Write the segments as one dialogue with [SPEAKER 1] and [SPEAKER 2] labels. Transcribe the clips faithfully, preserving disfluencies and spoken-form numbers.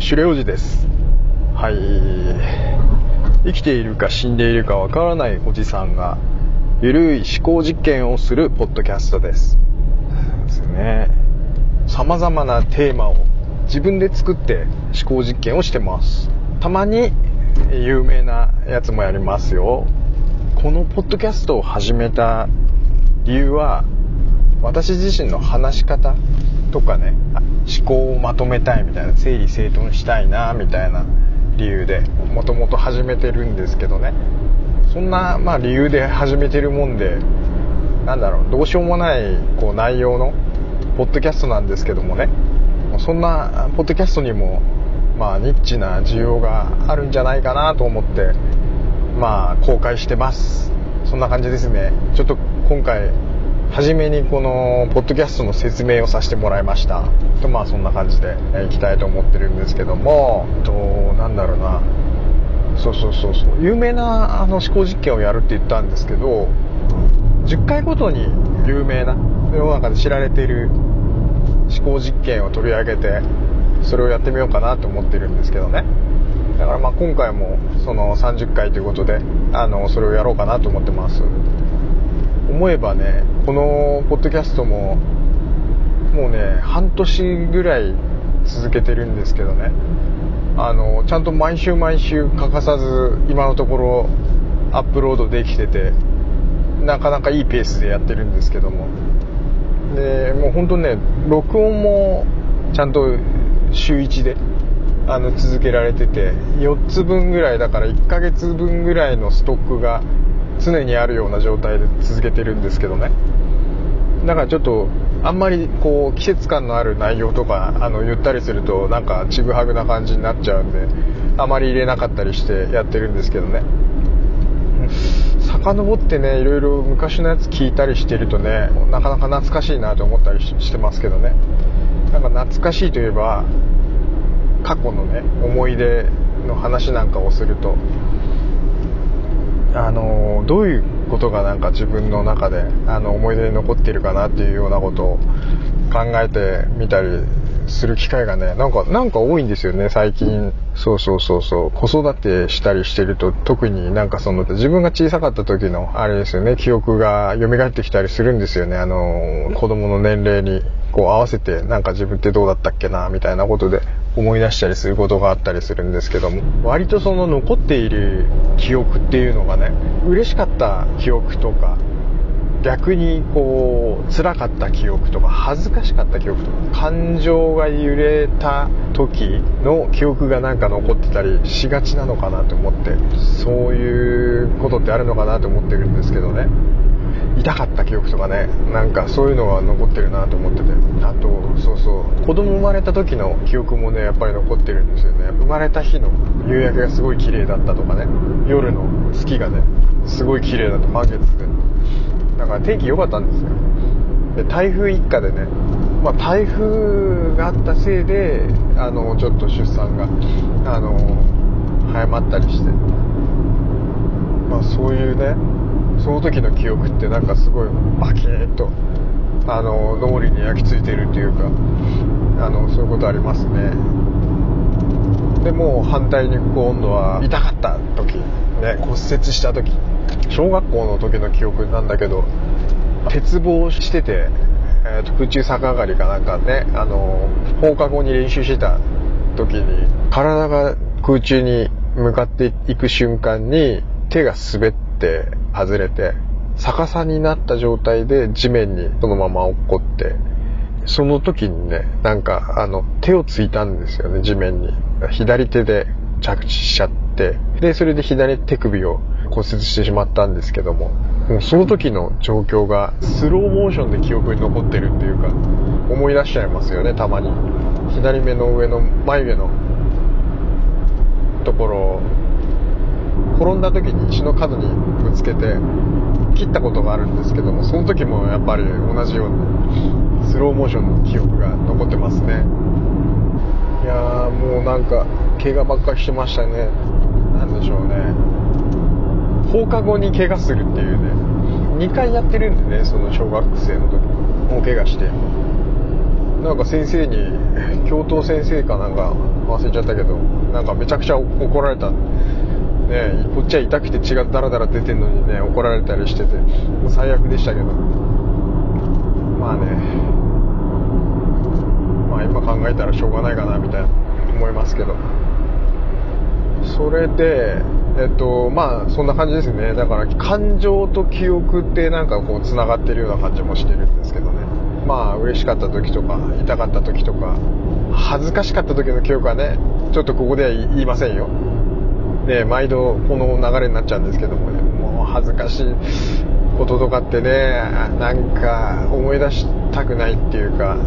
[SPEAKER 1] シュレオジです。はい、生きているか死んでいるかわからないおじさんがゆるい思考実験をするポッドキャストですですね。様々なテーマを自分で作って思考実験をしてます。たまに有名なやつもやりますよ。このポッドキャストを始めた理由は、私自身の話し方とかね、思考をまとめたいみたいな、整理整頓したいなみたいな理由でもともと始めてるんですけどね。そんな、まあ、理由で始めてるもんで、なんだろう、どうしようもないこう内容のポッドキャストなんですけどもね、そんなポッドキャストにもまあニッチな需要があるんじゃないかなと思ってまあ公開してます。そんな感じですね。ちょっと今回初めにこのポッドキャストの説明をさせてもらいましたと、まあそんな感じでいきたいと思ってるんですけども、となんだろうな、そうそうそうそう有名なあの思考実験をやるって言ったんですけど、じゅっかいごとに有名な世の中で知られている思考実験を取り上げてそれをやってみようかなと思ってるんですけどね。だからまあ今回もそのさんじゅっかいということであのそれをやろうかなと思ってます。思えばね、このポッドキャストももうね半年ぐらい続けてるんですけどね、あのちゃんと毎週毎週欠かさず今のところアップロードできてて、なかなかいいペースでやってるんですけども、でもう本当ね録音もちゃんと週いちであの続けられてて、よっつぶんぐらいだからいっかげつぶんぐらいのストックが常にあるような状態で続けてるんですけどね。だからちょっとあんまりこう季節感のある内容とかあの言ったりするとなんかちぐはぐな感じになっちゃうんで、あまり入れなかったりしてやってるんですけどね。遡ってねいろいろ昔のやつ聞いたりしてるとね、なかなか懐かしいなと思ったりしてますけどね。なんか懐かしいといえば過去のね思い出の話なんかをすると、あのどういうことがなんか自分の中であの思い出に残っているかなっていうようなことを考えてみたりする機会がねなんかなんか多いんですよね最近。そうそうそうそう子育てしたりしてると特になんかその自分が小さかった時のあれですよね、記憶が蘇ってきたりするんですよね。あの子供の年齢にこう合わせてなんか自分ってどうだったっけなみたいなことで思い出したりすることがあったりするんですけども、割とその残っている記憶っていうのがね、嬉しかった記憶とか逆にこう辛かった記憶とか恥ずかしかった記憶とか感情が揺れた時の記憶がなんか残ってたりしがちなのかなと思って、そういうことってあるのかなと思ってるんですけどね。痛かった記憶とかね、なんかそういうのが残ってるなと思ってて、あとそうそう子供生まれた時の記憶もねやっぱり残ってるんですよね。生まれた日の夕焼けがすごい綺麗だったとかね、夜の月がねすごい綺麗だった、満月でだから天気良かったんですよ。で台風一過でね、まあ、台風があったせいであのちょっと出産があの早まったりして、まあそういうねその時の記憶ってなんかすごいバキッとあの脳裏に焼き付いてるっていうか、あのそういうことありますね。でも反対に今度は痛かった時ね、骨折した時、小学校の時の記憶なんだけど、鉄棒してて、えー、と空中逆上がりかなんかね、あの放課後に練習してた時に体が空中に向かっていく瞬間に手が滑って外れて逆さになった状態で地面にそのまま落っこって、その時にねなんかあの手をついたんですよね、地面に。左手で着地しちゃって、でそれで左手首を骨折してしまったんですけども、もうその時の状況がスローモーションで記憶に残ってるっていうか、思い出しちゃいますよねたまに。左目の上の眉毛のところを転んだ時に石の角にぶつけて切ったことがあるんですけども、その時もやっぱり同じようにスローモーションの記憶が残ってますね。いやーもうなんか怪我ばっかりしてましたね。なんでしょうね、放課後に怪我するっていうね、にかいやってるんでね、その小学生の時に大怪我して、 なんか先生に教頭先生かなんか忘れちゃったけど、なんかめちゃくちゃ怒られたね。こっちは痛くて血がダラダラ出てんのにね、怒られたりしてて、もう最悪でしたけど、まあね、まあ今考えたらしょうがないかなみたいな思いますけど、それでえっとまあそんな感じですね。だから感情と記憶ってなんかこうつながってるような感じもしてるんですけどね。まあ嬉しかった時とか痛かった時とか恥ずかしかった時の記憶はね、ちょっとここでは言いませんよね。毎度この流れになっちゃうんですけどもね、もう恥ずかしいこととかってね、なんか思い出したくないっていうか、うん、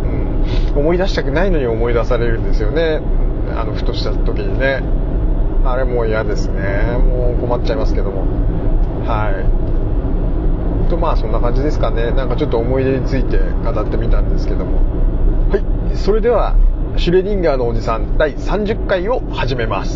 [SPEAKER 1] 思い出したくないのに思い出されるんですよね。あのふとした時にね、あれもう嫌ですね。もう困っちゃいますけども、はいとまあそんな感じですかね。なんかちょっと思い出について語ってみたんですけども、はい、それではシュレディンガーのおじさんだいさんじゅっかいを始めます。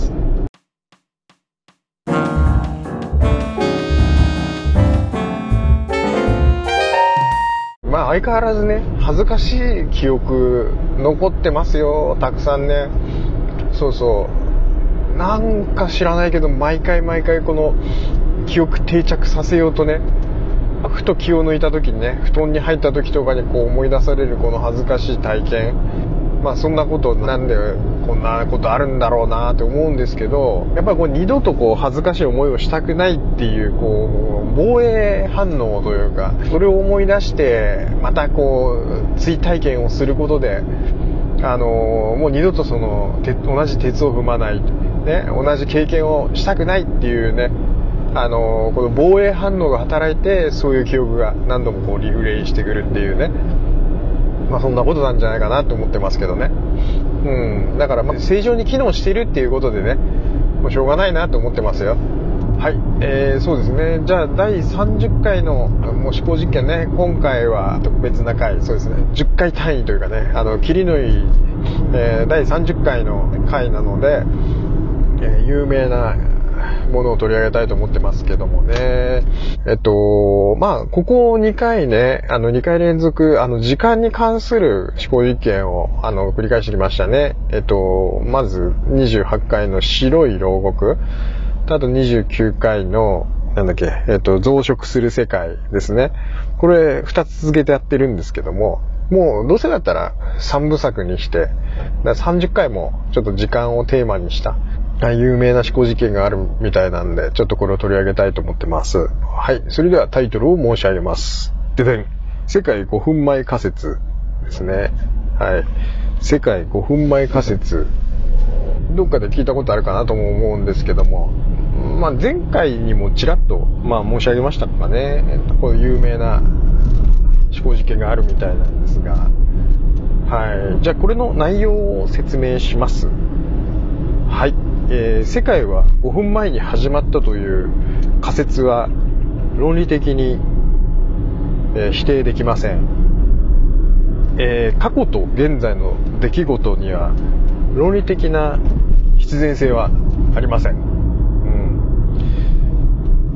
[SPEAKER 1] まあ相変わらずね、恥ずかしい記憶残ってますよ、たくさんね。そうそう、なんか知らないけど毎回毎回この記憶定着させようとね、ふと気を抜いた時にね、布団に入った時とかにこう思い出されるこの恥ずかしい体験、まあそんなことなんでこんなことあるんだろうなって思うんですけど、やっぱりこう二度とこう恥ずかしい思いをしたくないっていうこう防衛反応というか、それを思い出してまたこう追体験をすることで、あのもう二度とその同じ鉄を踏まないね、同じ経験をしたくないっていうね、あのこの防衛反応が働いてそういう記憶が何度もこうリフレインしてくるっていうね、まあそんなことなんじゃないかなと思ってますけどね。うん、だからまあ正常に機能しているっていうことでね、もうしょうがないなと思ってますよ。はい、えー、そうですね。じゃあだいさんじゅっかいのもう思考実験ね、今回は特別な回、そうですね、じゅっかい単位というかね、あの切りのいい、えー、だいさんじゅっかいの回なので、えー、有名なものを取り上げたいと思ってますけどもね。えっとまあここにかいね、あのにかい連続あの時間に関する思考実験をあの繰り返してきましたね。えっとまずにじゅうはちかいの白い牢獄、あとにじゅうきゅうかいのなんだっけ、えっと増殖する世界ですね。これふたつ続けてやってるんですけども、もうどうせだったらさんぶさくにして、ださんじゅっかいもちょっと時間をテーマにした有名な思考実験があるみたいなんで、ちょっとこれを取り上げたいと思ってます。はい、それではタイトルを申し上げます。ででん、世界ごふんまえ仮説ですね。はい、世界ごふんまえ仮説、どっかで聞いたことあるかなとも思うんですけども、まあ前回にもちらっとまあ申し上げましたかね。えっとこういう有名な思考実験があるみたいなんですが、はい、じゃあこれの内容を説明します。はい。えー、世界はごふんまえに始まったという仮説は論理的に、えー、否定できません。えー、過去と現在の出来事には論理的な必然性はありません。うん、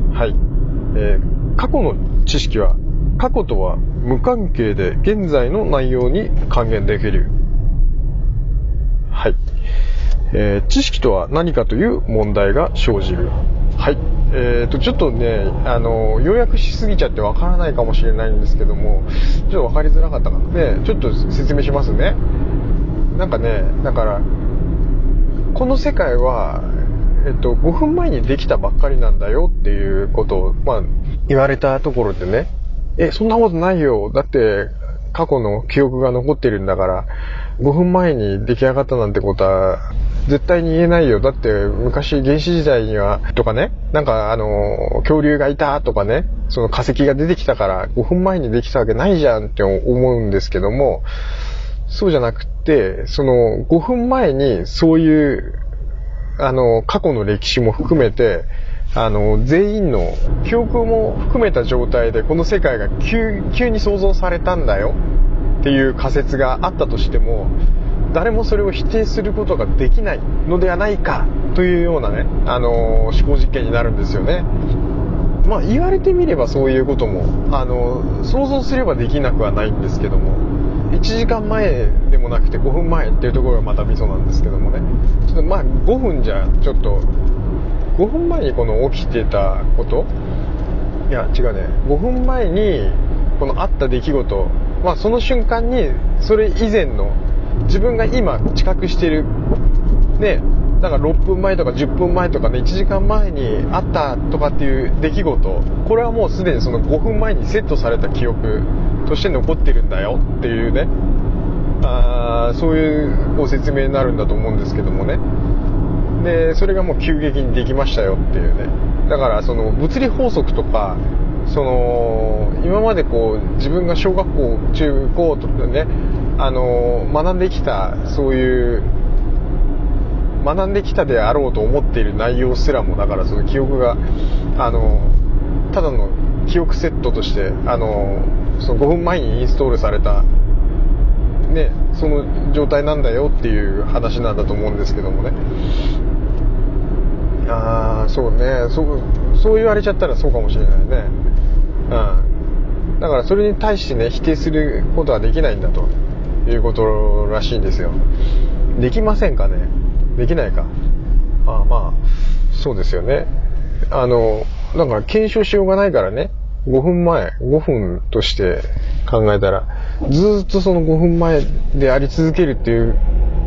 [SPEAKER 1] はい。えー、過去の知識は過去とは無関係で現在の内容に還元できる。はい。えー、知識とは何かという問題が生じる。はい。えーと、ちょっとね、あの、要約しすぎちゃってわからないかもしれないんですけども、ちょっとわかりづらかったかな。ね、ちょっと説明しますね。なんかね、だから、この世界は、えっと、ごふんまえにできたばっかりなんだよっていうことを、まあ、言われたところでね、え、そんなことないよ。だって、過去の記憶が残ってるんだから、ごふんまえに出来上がったなんてことは絶対に言えないよ。だって昔原始時代にはとかね、なんかあの恐竜がいたとかね、その化石が出てきたからごふんまえにできたわけないじゃんって思うんですけども、そうじゃなくて、そのごふんまえにそういうあの過去の歴史も含めて、あの全員の記憶も含めた状態でこの世界が 急, 急に創造されたんだよっていう仮説があったとしても、誰もそれを否定することができないのではないかというようなね、あの思考実験になるんですよね。まあ言われてみればそういうこともあの想像すればできなくはないんですけども、 いちじかんまえでもなくてごふんまえっていうところがまたミソなんですけどもね、ちょっとまあごふんじゃちょっとごふんまえにこの起きてたこと、いや違うね、ごふんまえにこのあった出来事、まあその瞬間にそれ以前の自分が今知覚してるね、だからろっぷんまえとかじゅっぷんまえとかね、いちじかんまえにあったとかっていう出来事、これはもうすでにそのごふんまえにセットされた記憶として残ってるんだよっていうね、あそういうご説明になるんだと思うんですけどもね。でそれがもう急激にできましたよっていうね。だからその物理法則とか、その今までこう自分が小学校中高とかね、あの学んできたそういう学んできたであろうと思っている内容すらも、だからその記憶があのただの記憶セットとしてあのそのごふんまえにインストールされたね、その状態なんだよっていう話なんだと思うんですけどもね。ああそうね、そうそう言われちゃったらそうかもしれないね。うん。だからそれに対してね否定することはできないんだということらしいんですよ。できませんかね。できないか。ああまあそうですよね。あのだから検証しようがないからね。ごふんまえごふんとして考えたらずっとそのごふんまえであり続けるっていう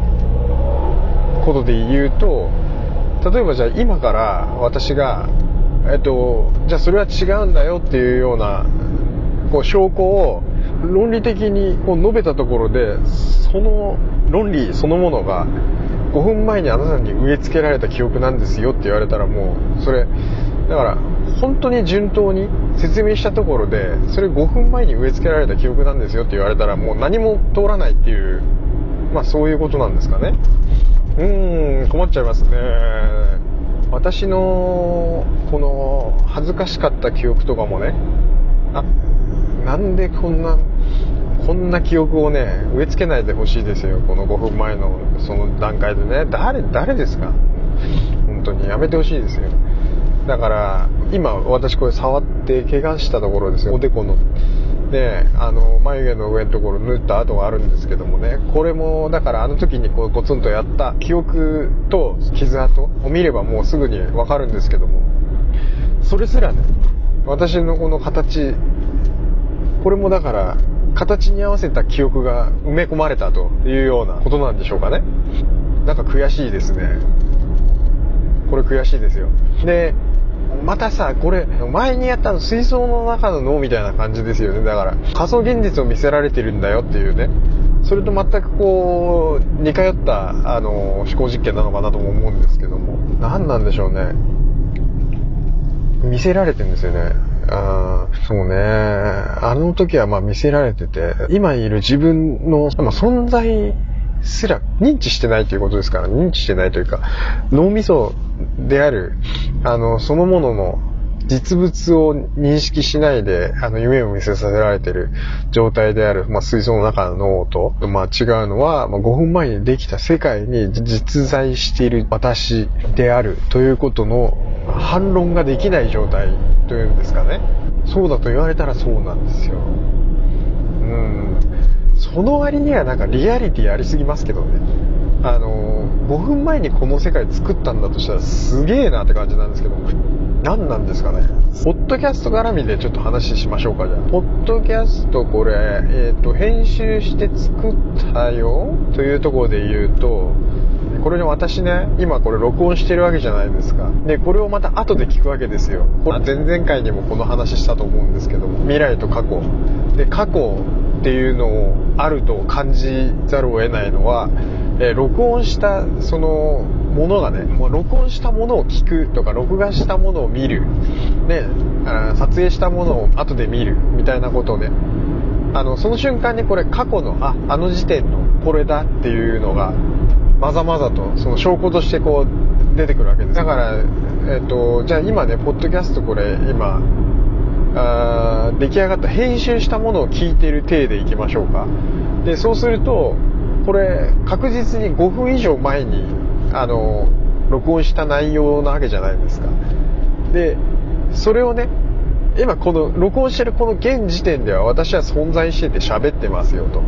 [SPEAKER 1] ことで言うと、例えばじゃあ今から私がえっとじゃあそれは違うんだよっていうようなこう証拠を論理的にこう述べたところで、その論理そのものがごふんまえにあなたに植え付けられた記憶なんですよって言われたら、もうそれだから本当に順当に説明したところでそれごふんまえに植え付けられた記憶なんですよって言われたら、もう何も通らないっていう、まあそういうことなんですかね。うーん困っちゃいますね。私のこの恥ずかしかった記憶とかもね、あなんでこんなこんな記憶をね植え付けないでほしいですよ、このごふんまえのその段階でね。誰誰ですか、本当にやめてほしいですよ。だから今私これ触って怪我したところですよ。おでこのね、あの眉毛の上のところ縫った跡があるんですけどもね、これもだからあの時にこうゴツンとやった記憶と傷跡を見ればもうすぐに分かるんですけども、それすらね私のこの形、これもだから形に合わせた記憶が埋め込まれたというようなことなんでしょうかね。なんか悔しいですね。これ悔しいですよ。でまたさ、これ前にやったの水槽の中の脳みたいな感じですよね。だから仮想現実を見せられてるんだよっていうね、それと全くこう似通ったあの思考実験なのかなとも思うんですけども、何なんでしょうね。見せられてるんですよね。あそうね、あの時はまあ見せられてて、今いる自分の、まあ、存在すら認知してないということですから、認知してないというか脳みそであるあのそのものの実物を認識しないであの夢を見せさせられている状態である、まあ、水槽の中の脳と、まあ、違うのは、まあ、ごふんまえにできた世界に実在している私であるということの反論ができない状態というんですかね。そうだと言われたらそうなんですよ。うんその割にはなんかリアリティありすぎますけどね。あのごふんまえにこの世界作ったんだとしたらすげえなって感じなんですけど、何なんですかね。ポッドキャスト絡みでちょっと話しましょうか。じゃあポッドキャストこれ、えーと、編集して作ったよというところで言うと、これね私ね今これ録音してるわけじゃないですか。でこれをまた後で聞くわけですよ。これ前々回にもこの話したと思うんですけども、未来と過去で、過去っていうのをあると感じざるを得ないのは、えー、録音したそのものがね、もう録音したものを聞くとか録画したものを見る、ね、あ撮影したものを後で見るみたいなことをね、あのその瞬間にこれ過去のああの時点のこれだっていうのがまざまざとその証拠としてこう出てくるわけです。だから、えーと、じゃあ今ねポッドキャストこれ今あ出来上がった編集したものを聞いてる体でいきましょうか。でそうするとこれ確実にごふん以上前にあの録音した内容なわけじゃないですか。でそれをね今この録音してるこの現時点では私は存在してて喋ってますよと。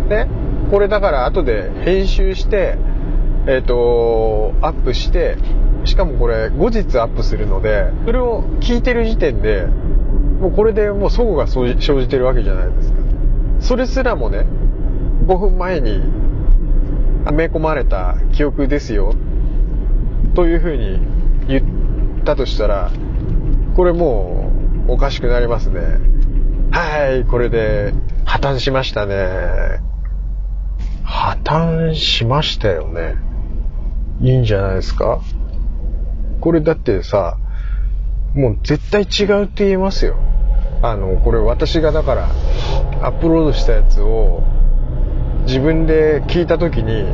[SPEAKER 1] ね、これだから後で編集してえっとアップして、しかもこれ後日アップするので、それを聞いてる時点でもうこれでもう齟齬が生じてるわけじゃないですか。それすらもねごふんまえに埋め込まれた記憶ですよというふうに言ったとしたら、これもうおかしくなりますね。はい、これで破綻しましたね。破綻しましたよね。いいんじゃないですか。これだってさ、もう絶対違うって言えますよ。あのこれ私がだからアップロードしたやつを自分で聞いた時に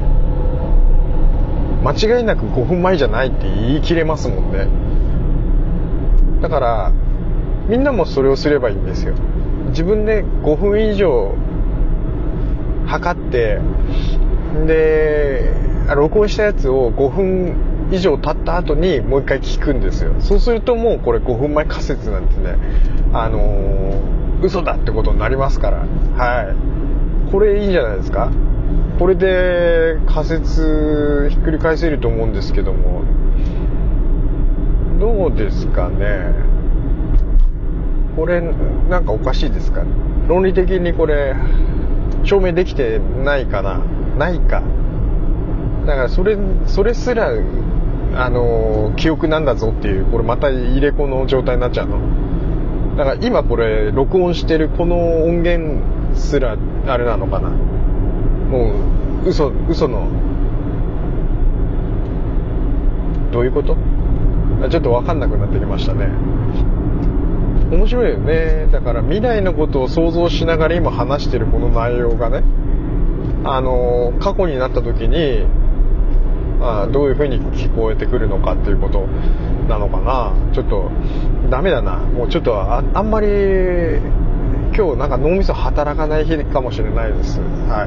[SPEAKER 1] 間違いなくごふんまえじゃないって言い切れますもんね。だからみんなもそれをすればいいんですよ。自分でごふん以上測ってで録音したやつをごふん以上経った後にもう一回聞くんですよ。そうするともうこれごふんまえ仮説なんてね、あのー、嘘だってことになりますから。はい、これいいんじゃないですか。これで仮説ひっくり返せると思うんですけども、どうですかね。これなんかおかしいですか。論理的にこれ証明できてないかな。ないか。だからそれそれすらあの記憶なんだぞっていう、これまた入れ子の状態になっちゃうの。だから今これ録音してるこの音源すらあれなのかな。もう嘘嘘のどういうこと？ちょっと分かんなくなってきましたね。面白いよね。だから未来のことを想像しながら今話してるこの内容がね、あの過去になった時にあどういう風に聞こえてくるのかっていうことなのかな。ちょっとダメだな。もうちょっと あ, あんまり今日なんか脳みそ働かない日かもしれないです。はい。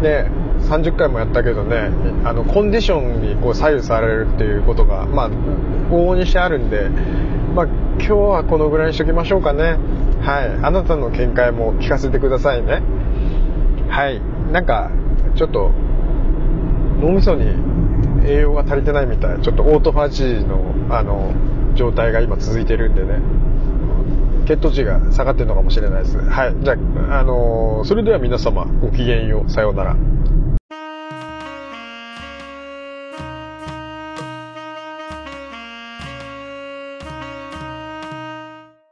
[SPEAKER 1] でさんじゅっかいもやったけどね、あのコンディションにこう左右されるっていうことがまあ往々にしてあるんで、まあ今日はこのぐらいにしときましょうかね。はい。あなたの見解も聞かせてくださいね。はい。なんかちょっと脳みそに栄養が足りてないみたい。ちょっとオートファジーのあの状態が今続いてるんでね、血糖値が下がってるのかもしれないです。はい。じゃあ、あのー、それでは皆様ごきげんよう。さようなら。